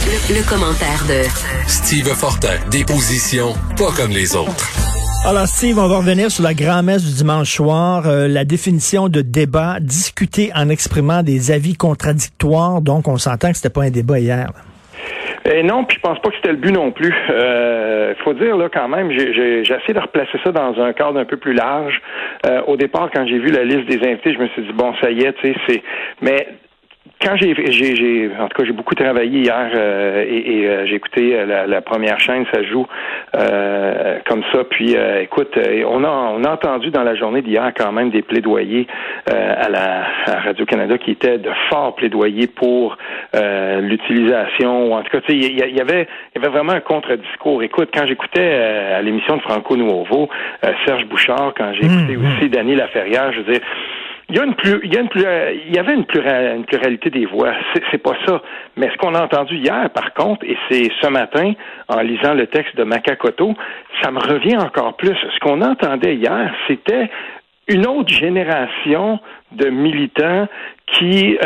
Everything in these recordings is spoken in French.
Le commentaire de Steve Fortin. Des positions pas comme les autres. Alors Steve, on va revenir sur la grand-messe du dimanche soir, la définition de débat, discuter en exprimant des avis contradictoires. Donc on s'entend que c'était pas un débat hier. Non, puis je pense pas que c'était le but non plus. Faut dire là quand même, j'ai essayé de replacer ça dans un cadre un peu plus large. Au départ, quand j'ai vu la liste des invités, je me suis dit bon, ça y est, tu sais, mais quand j'ai en tout cas j'ai beaucoup travaillé hier et j'ai écouté la première chaîne, ça joue comme ça. Puis écoute, on a entendu dans la journée d'hier quand même des plaidoyers à Radio-Canada qui étaient de forts plaidoyers pour l'utilisation, ou en tout cas, tu sais, il y avait vraiment un contre-discours. Écoute, quand j'écoutais à l'émission de Franco Nuovo, Serge Bouchard, quand j'ai écouté aussi Dany Laferrière, je veux dire, il y avait une pluralité des voix. C'est pas ça. Mais ce qu'on a entendu hier, par contre, et c'est ce matin, en lisant le texte de Makakoto, ça me revient encore plus. Ce qu'on entendait hier, c'était une autre génération de militants qui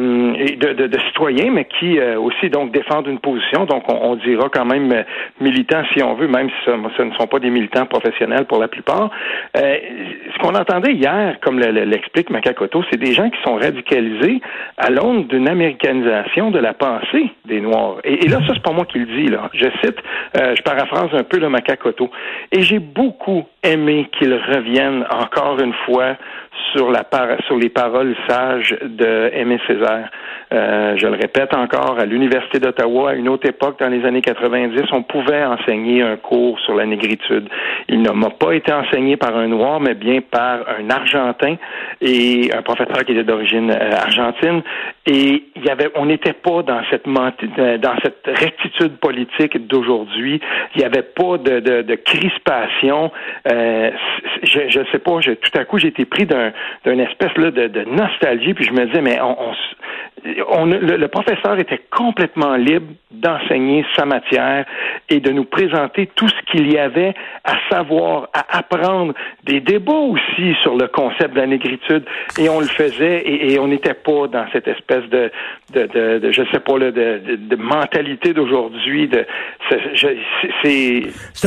de citoyens, mais qui aussi donc défendent une position. Donc on dira quand même militants si on veut, même si ce ne sont pas des militants professionnels pour la plupart. Ce qu'on entendait hier, comme l'explique Makakoto, c'est des gens qui sont radicalisés à l'aune d'une américanisation de la pensée des Noirs. Et là, ça c'est pas moi qui le dis, là. Je cite, je paraphrase un peu le Makakoto. Et j'ai beaucoup aimé qu'il revienne encore une fois sur les paroles sages de Aimé Césaire. Je le répète encore, à l'Université d'Ottawa, à une autre époque, dans les années 90, on pouvait enseigner un cours sur la négritude. Il ne m'a pas été enseigné par un Noir, mais bien par un Argentin et un professeur qui était d'origine argentine. Et on n'était pas dans cette rectitude politique d'aujourd'hui. Il n'y avait pas de crispation. Je sais pas, tout à coup, j'ai été pris d'une espèce là de nostalgie, puis je me disais, mais le professeur était complètement libre d'enseigner sa matière et de nous présenter tout ce qu'il y avait à savoir, à apprendre, des débats aussi sur le concept de la négritude, et on le faisait, et on n'était pas dans cette espèce de je sais pas là, de mentalité d'aujourd'hui. C'est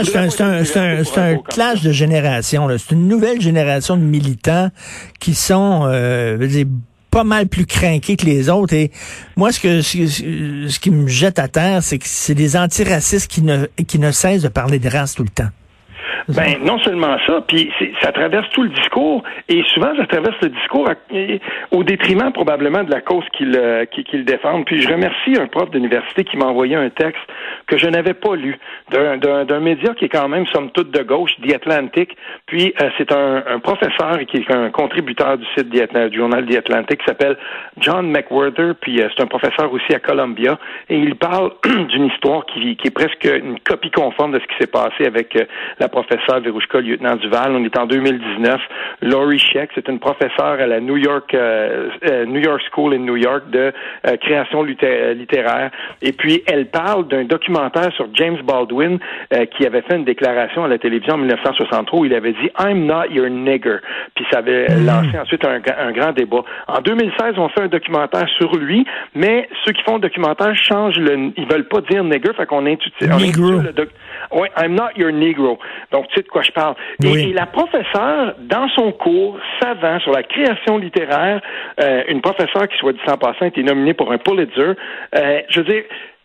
un clash de génération. C'est une nouvelle génération de militants qui sont pas mal plus crinqués que les autres. Et moi, ce qui me jette à terre, c'est que c'est des antiracistes qui ne cessent de parler de race tout le temps. Ben, non seulement ça, puis ça traverse tout le discours, et souvent ça traverse le discours au détriment probablement de la cause qu'ils défendent. Puis je remercie un prof d'université qui m'a envoyé un texte que je n'avais pas lu, d'un média qui est quand même somme toute de gauche, The Atlantic. Puis c'est un professeur qui est un contributeur du site du journal The Atlantic qui s'appelle John McWhorter, puis c'est un professeur aussi à Columbia, et il parle d'une histoire qui est presque une copie conforme de ce qui s'est passé avec la professeure Verouchka Lieutenant Duval. On est en 2019. Laurie Scheck, c'est une professeure à la New York School in New York de création littéraire. Et puis, elle parle d'un documentaire sur James Baldwin qui avait fait une déclaration à la télévision en 1963 où il avait dit « I'm not your nigger ». Puis ça avait lancé ensuite un grand débat. En 2016, on fait un documentaire sur lui, mais ceux qui font le documentaire changent ils veulent pas dire « nigger », fait qu'on intitule oui, « I'm not your negro ». Donc, tu sais de quoi je parle. Et la professeure, dans son cours savant sur la création littéraire, une professeure qui, soit dit en passant, a été nominée pour un Pulitzer, je veux dire,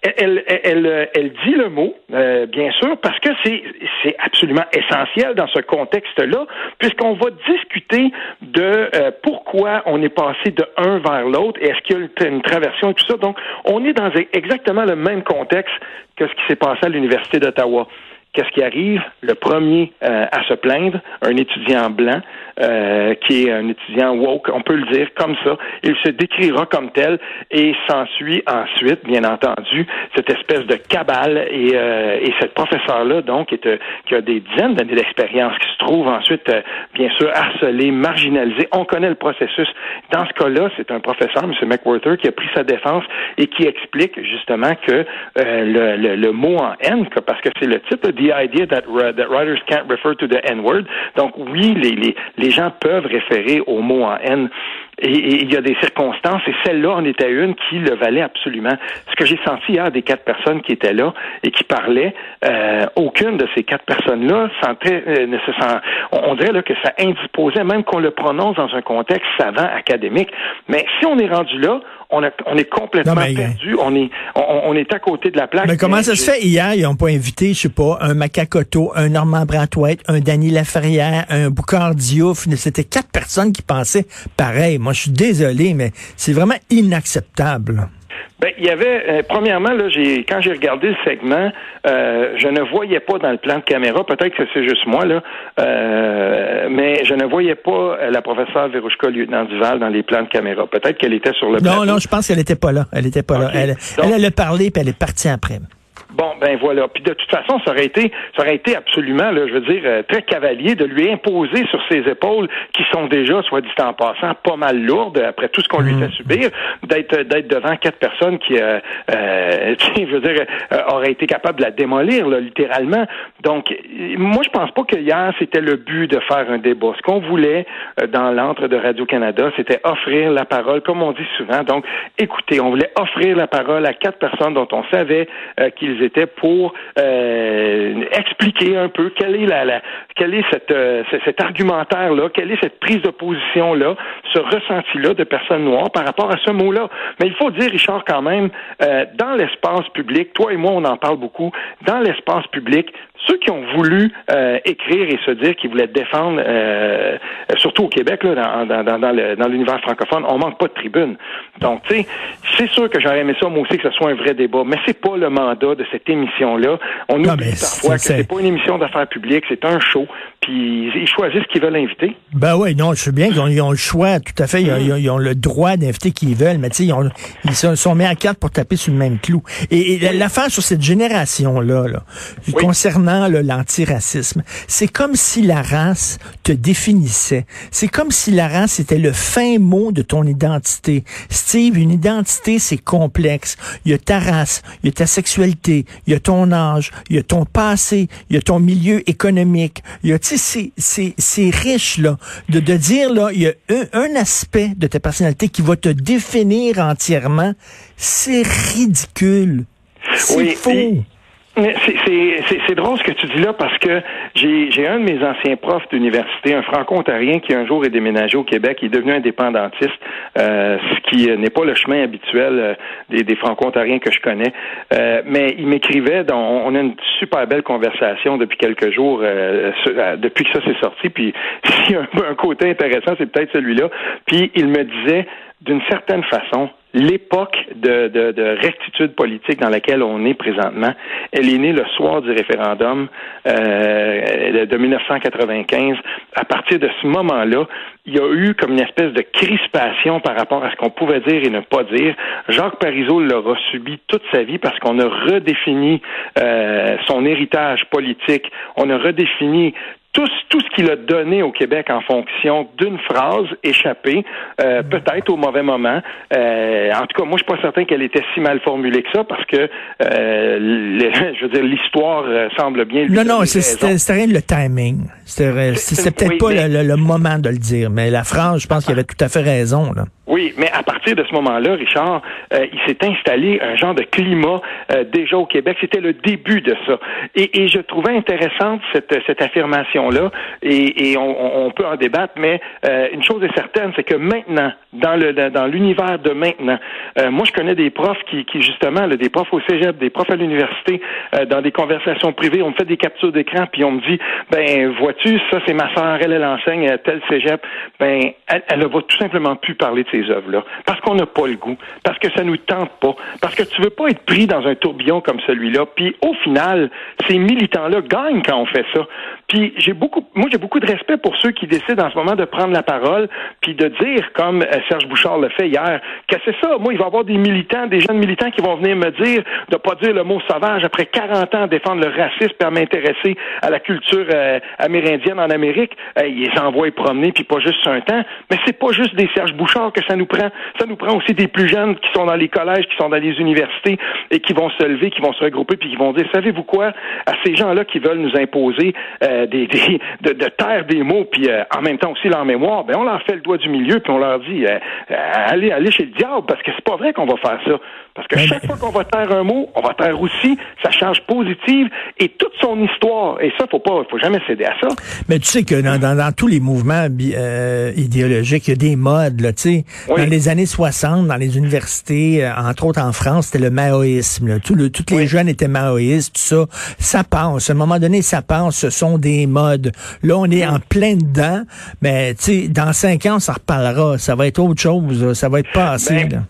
elle dit le mot, bien sûr, parce que c'est absolument essentiel dans ce contexte-là, puisqu'on va discuter de pourquoi on est passé de un vers l'autre, et est-ce qu'il y a une traversion et tout ça. Donc, on est dans exactement le même contexte que ce qui s'est passé à l'Université d'Ottawa. Qu'est-ce qui arrive? Le premier à se plaindre, un étudiant blanc, qui est un étudiant woke, on peut le dire comme ça. Il se décrira comme tel et s'ensuit ensuite, bien entendu, cette espèce de cabale et cette professeure-là, donc, qui a des dizaines d'années d'expérience, qui se trouve ensuite, bien sûr, harcelée, marginalisée. On connaît le processus. Dans ce cas-là, c'est un professeur, M. McWhorter, qui a pris sa défense et qui explique justement que le mot en haine, parce que c'est le titre, The the idea that writers can't refer to the N-word. Donc oui, les gens peuvent référer au mot en haine. Et il y a des circonstances, et celle-là en était une qui le valait absolument. Ce que j'ai senti hier des 4 personnes qui étaient là et qui parlaient, aucune de ces 4 personnes-là on dirait là que ça indisposait, même qu'on le prononce dans un contexte savant, académique. Mais si on est rendu là, on est complètement perdu. On est à côté de la plaque. Mais comment ça se fait? Hier, ils n'ont pas invité, je sais pas, un Macacoto, un Normand Brathwaite, un Danny Laferrière, un Boucard Diouf. C'était 4 personnes qui pensaient pareil. Moi, je suis désolé, mais c'est vraiment inacceptable. Ben, il y avait, premièrement, là, quand j'ai regardé le segment, je ne voyais pas dans le plan de caméra, peut-être que c'est juste moi, là, mais je ne voyais pas la professeure Verouchka Lieutenant Duval dans les plans de caméra. Peut-être qu'elle était sur le plateau. Non, je pense qu'elle n'était pas là. Elle était pas là. Elle a parlé, puis elle est partie après. Bon, ben voilà. Puis de toute façon, ça aurait été absolument, là, je veux dire, très cavalier de lui imposer sur ses épaules, qui sont déjà, soit dit en passant, pas mal lourdes après tout ce qu'on lui fait subir, d'être devant 4 personnes qui, je veux dire, auraient été capables de la démolir, là, littéralement. Donc, moi, je pense pas que hier, c'était le but de faire un débat. Ce qu'on voulait dans l'antre de Radio-Canada, c'était offrir la parole, comme on dit souvent. Donc, écoutez, on voulait offrir la parole à 4 personnes dont on savait qu'ils étaient pour expliquer un peu quel est cet argumentaire-là, quelle est cette prise de position-là, ce ressenti-là de personnes noires par rapport à ce mot-là. Mais il faut dire, Richard, quand même, dans l'espace public, toi et moi, on en parle beaucoup, dans l'espace public, ceux qui ont voulu écrire et se dire qu'ils voulaient défendre, surtout au Québec, là, dans l'univers francophone, on manque pas de tribune. Donc, tu sais, c'est sûr que j'aurais aimé ça, moi aussi, que ce soit un vrai débat, mais c'est pas le mandat de cette émission-là. On oublie parfois que c'est pas une émission d'affaires publiques, c'est un show, puis ils choisissent qui veulent inviter. Ben oui, non, je sais bien qu'ils ont le choix, tout à fait, ils ont le droit d'inviter qui ils veulent, mais tu sais, ils sont mis à 4 pour taper sur le même clou. Et l'affaire sur cette génération-là, concernant l'antiracisme, c'est comme si la race te définissait. C'est comme si la race était le fin mot de ton identité. Steve, une identité, c'est complexe. Il y a ta race, il y a ta sexualité, il y a ton âge, il y a ton passé, il y a ton milieu économique. Il y a, tu sais, c'est riche, là, de dire, là, il y a un aspect de ta personnalité qui va te définir entièrement. C'est ridicule. C'est faux. C'est drôle ce que tu dis là parce que j'ai un de mes anciens profs d'université, un franco-ontarien qui un jour est déménagé au Québec, il est devenu indépendantiste, ce qui n'est pas le chemin habituel des franco-ontariens que je connais. Mais il m'écrivait, on a une super belle conversation depuis quelques jours, depuis que ça s'est sorti, puis s'il y a un côté intéressant, c'est peut-être celui-là. Puis il me disait, d'une certaine façon, l'époque de rectitude politique dans laquelle on est présentement, elle est née le soir du référendum de 1995. À partir de ce moment-là, il y a eu comme une espèce de crispation par rapport à ce qu'on pouvait dire et ne pas dire. Jacques Parizeau l'aura subi toute sa vie parce qu'on a redéfini son héritage politique. On a redéfini tout ce qu'il a donné au Québec en fonction d'une phrase échappée, peut-être au mauvais moment. En tout cas, moi, je suis pas certain qu'elle était si mal formulée que ça, parce que, je veux dire, l'histoire semble bien... Non, c'était rien le timing. C'était peut-être pas le moment de le dire, mais la phrase, je pense qu'il avait tout à fait raison, là. Oui, mais à partir de ce moment-là, Richard, il s'est installé un genre de climat déjà au Québec. C'était le début de ça. Et je trouvais intéressante cette affirmation-là, et on peut en débattre, mais une chose est certaine, c'est que maintenant, dans l'univers de maintenant, moi je connais des profs qui justement, là, des profs au cégep, des profs à l'université, dans des conversations privées, on me fait des captures d'écran, puis on me dit, ben vois-tu, ça c'est ma sœur, elle enseigne à tel cégep, ben elle va tout simplement plus parler de ces œuvres-là, parce qu'on n'a pas le goût, parce que ça nous tente pas, parce que tu veux pas être pris dans un tourbillon comme celui-là, puis au final, ces militants-là gagnent quand on fait ça, Puis j'ai beaucoup de respect pour ceux qui décident en ce moment de prendre la parole puis de dire, comme Serge Bouchard le fait hier, que c'est ça. Moi, il va y avoir des militants, des jeunes militants qui vont venir me dire de pas dire le mot sauvage après 40 ans à défendre le racisme et à m'intéresser à la culture amérindienne en Amérique. Ils les envoient promener puis pas juste sur un temps. Mais c'est pas juste des Serge Bouchard que ça nous prend. Ça nous prend aussi des plus jeunes qui sont dans les collèges, qui sont dans les universités et qui vont se lever, qui vont se regrouper puis qui vont dire, savez-vous quoi, à ces gens-là qui veulent nous imposer de taire des mots puis en même temps aussi leur mémoire, ben on leur fait le doigt du milieu puis on leur dit allez chez le diable parce que c'est pas vrai qu'on va faire ça. Parce que chaque fois qu'on va taire un mot, on va taire aussi sa charge positive et toute son histoire. Et ça, faut jamais céder à ça. Mais tu sais que dans tous les mouvements idéologiques, il y a des modes, là, tu sais. Oui. Dans les années 60, dans les universités, entre autres en France, c'était le maoïsme, là. Tous les jeunes étaient maoïstes, tout ça. Ça passe. À un moment donné, ça passe. Ce sont des modes. Là, on est en plein dedans. Mais, tu sais, dans 5 ans, ça reparlera. Ça va être autre chose. Ça va être passé, là.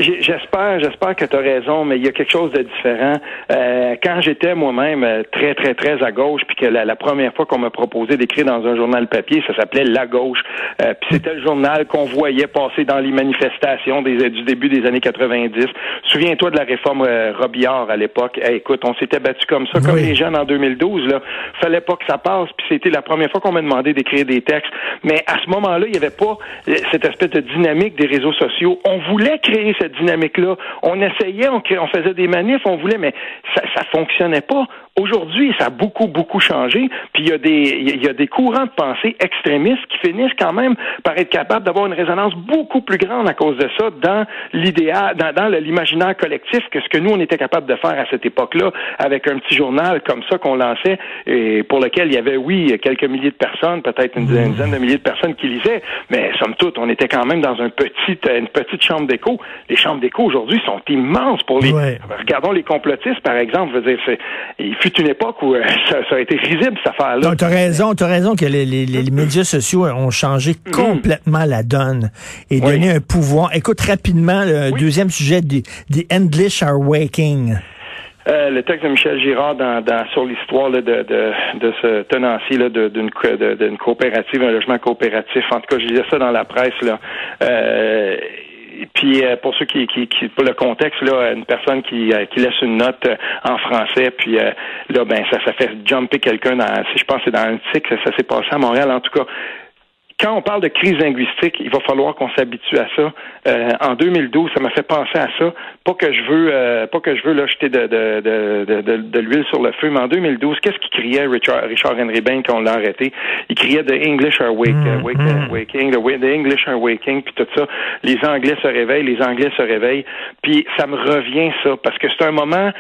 J'espère que tu as raison, mais il y a quelque chose de différent. Quand j'étais moi-même très, très, très à gauche, puis que la première fois qu'on m'a proposé d'écrire dans un journal papier, ça s'appelait La Gauche. Puis c'était le journal qu'on voyait passer dans les manifestations du début des années 90. Souviens-toi de la réforme Robillard à l'époque. Écoute, on s'était battu comme ça, comme les jeunes en 2012. Là, fallait pas que ça passe. Puis c'était la première fois qu'on m'a demandé d'écrire des textes. Mais à ce moment-là, il y avait pas cette espèce de dynamique des réseaux sociaux. On voulait créer cette dynamique-là. On essayait, on faisait des manifs, on voulait, mais ça fonctionnait pas. Aujourd'hui, ça a beaucoup, beaucoup changé. Puis il y a des courants de pensée extrémistes qui finissent quand même par être capables d'avoir une résonance beaucoup plus grande à cause de ça dans l'idéal, dans l'imaginaire collectif que ce que nous, on était capable de faire à cette époque-là avec un petit journal comme ça qu'on lançait et pour lequel il y avait, oui, quelques milliers de personnes, peut-être une dizaine de milliers de personnes qui lisaient, mais somme toute, on était quand même dans une petite chambre d'écho. Les chambres d'écho aujourd'hui sont immenses pour les... Ouais. Regardons les complotistes, par exemple. Je veux dire, il fut une époque où ça a été risible, cette affaire-là. T'as raison que les médias sociaux ont changé complètement la donne et donné un pouvoir. Écoute rapidement le deuxième sujet, The English are waking. Le texte de Michel Girard sur l'histoire là, de ce tenancier là, d'une coopérative, un logement coopératif. En tout cas, je lisais ça dans la presse là. Puis pour ceux qui pour le contexte là, une personne qui laisse une note en français, puis là ben ça fait jumper quelqu'un je pense que c'est dans un titre, ça s'est passé à Montréal en tout cas. Quand on parle de crise linguistique, il va falloir qu'on s'habitue à ça. En 2012, ça m'a fait penser à ça. Pas que je veux là jeter de l'huile sur le feu, mais en 2012, qu'est-ce qu'il criait Richard Henry Bain quand on l'a arrêté? Il criait The English are waking, the English are waking, puis tout ça. Les Anglais se réveillent, puis ça me revient ça, parce que c'est un moment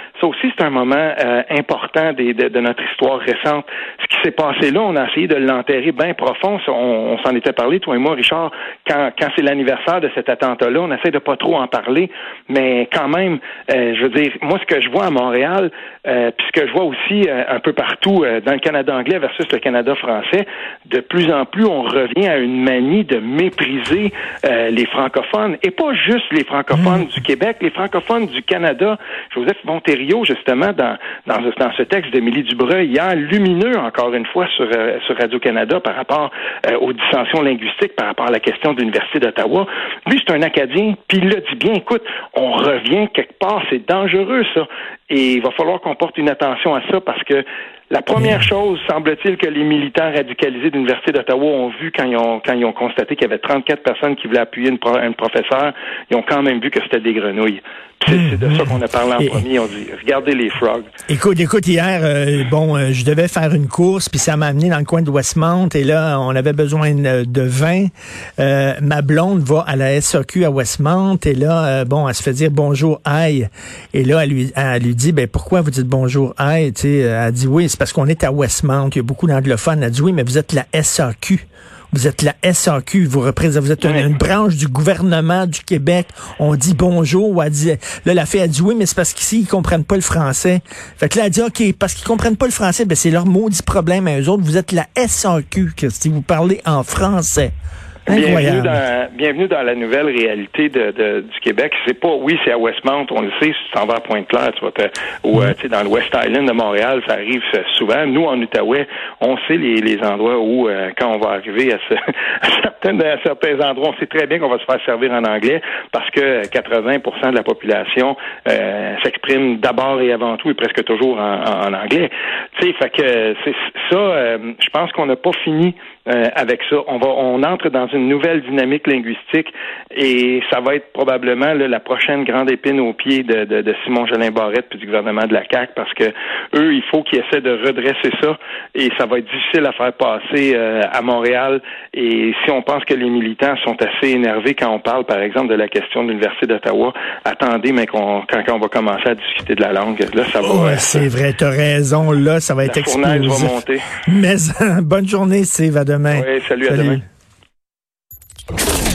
important de notre histoire récente. Ce qui s'est passé là, on a essayé de l'enterrer bien profond. On s'en était parlé, toi et moi, Richard, quand c'est l'anniversaire de cet attentat-là, on essaie de pas trop en parler, mais quand même, je veux dire, moi, ce que je vois à Montréal, puis ce que je vois aussi un peu partout dans le Canada anglais versus le Canada français, de plus en plus, on revient à une manie de mépriser les francophones, et pas juste les francophones du Québec, les francophones du Canada. Joseph Montério, justement, dans ce texte d'Émilie Dubreuil, hier, lumineux, encore une fois, sur Radio-Canada par rapport aux dissensions linguistiques, par rapport à la question de l'Université d'Ottawa. Lui, c'est un Acadien, puis il le dit bien, écoute, on revient quelque part, c'est dangereux, ça. Et il va falloir qu'on porte une attention à ça, parce que la première chose, semble-t-il, que les militants radicalisés de l'Université d'Ottawa ont vu quand ils ont constaté qu'il y avait 34 personnes qui voulaient appuyer un professeur, ils ont quand même vu que c'était des grenouilles. C'est de ça qu'on a parlé en premier. On dit, regardez les frogs. Écoute, hier, je devais faire une course, puis ça m'a amené dans le coin de Westmount, et là, on avait besoin de vin. Ma blonde va à la SAQ à Westmount, et là, elle se fait dire bonjour, aïe. Et là, elle lui dit, pourquoi vous dites bonjour, aïe? Tu sais, elle dit oui, c'est parce qu'on est à Westmount, il y a beaucoup d'anglophones. Elle dit oui, mais vous êtes la SAQ. Vous êtes la SAQ, vous êtes une branche du gouvernement du Québec. On dit bonjour. La fille a dit oui, mais c'est parce qu'ici, ils comprennent pas le français. Fait que là, elle dit OK, parce qu'ils comprennent pas le français, c'est leur maudit problème à eux autres. Vous êtes la SAQ, que si vous parlez en français. Bienvenue dans la nouvelle réalité du Québec. C'est pas, oui, c'est à Westmount, on le sait, si tu t'en vas à Pointe-Claire, ou tu sais, dans le West Island de Montréal, ça arrive souvent. Nous, en Outaouais, on sait les endroits où, quand on va arriver à certains endroits, on sait très bien qu'on va se faire servir en anglais parce que 80% de la population s'exprime d'abord et avant tout et presque toujours en anglais. Tu sais, fait que c'est ça. Je pense qu'on n'a pas fini avec ça. On entre dans une nouvelle dynamique linguistique et ça va être probablement la prochaine grande épine au pied de Simon Jolin Barrette puis du gouvernement de la CAQ parce que eux, il faut qu'ils essaient de redresser ça et ça va être difficile à faire passer à Montréal. Et si on pense que les militants sont assez énervés quand on parle, par exemple, de la question de l'Université d'Ottawa, attendez, mais quand on va commencer à discuter de la langue, là, ça va... Ouais, c'est vrai, t'as raison, là, ça va être explosif. La fournaise va monter. Mais bonne journée, Steve, à demain. Oui, salut. À demain.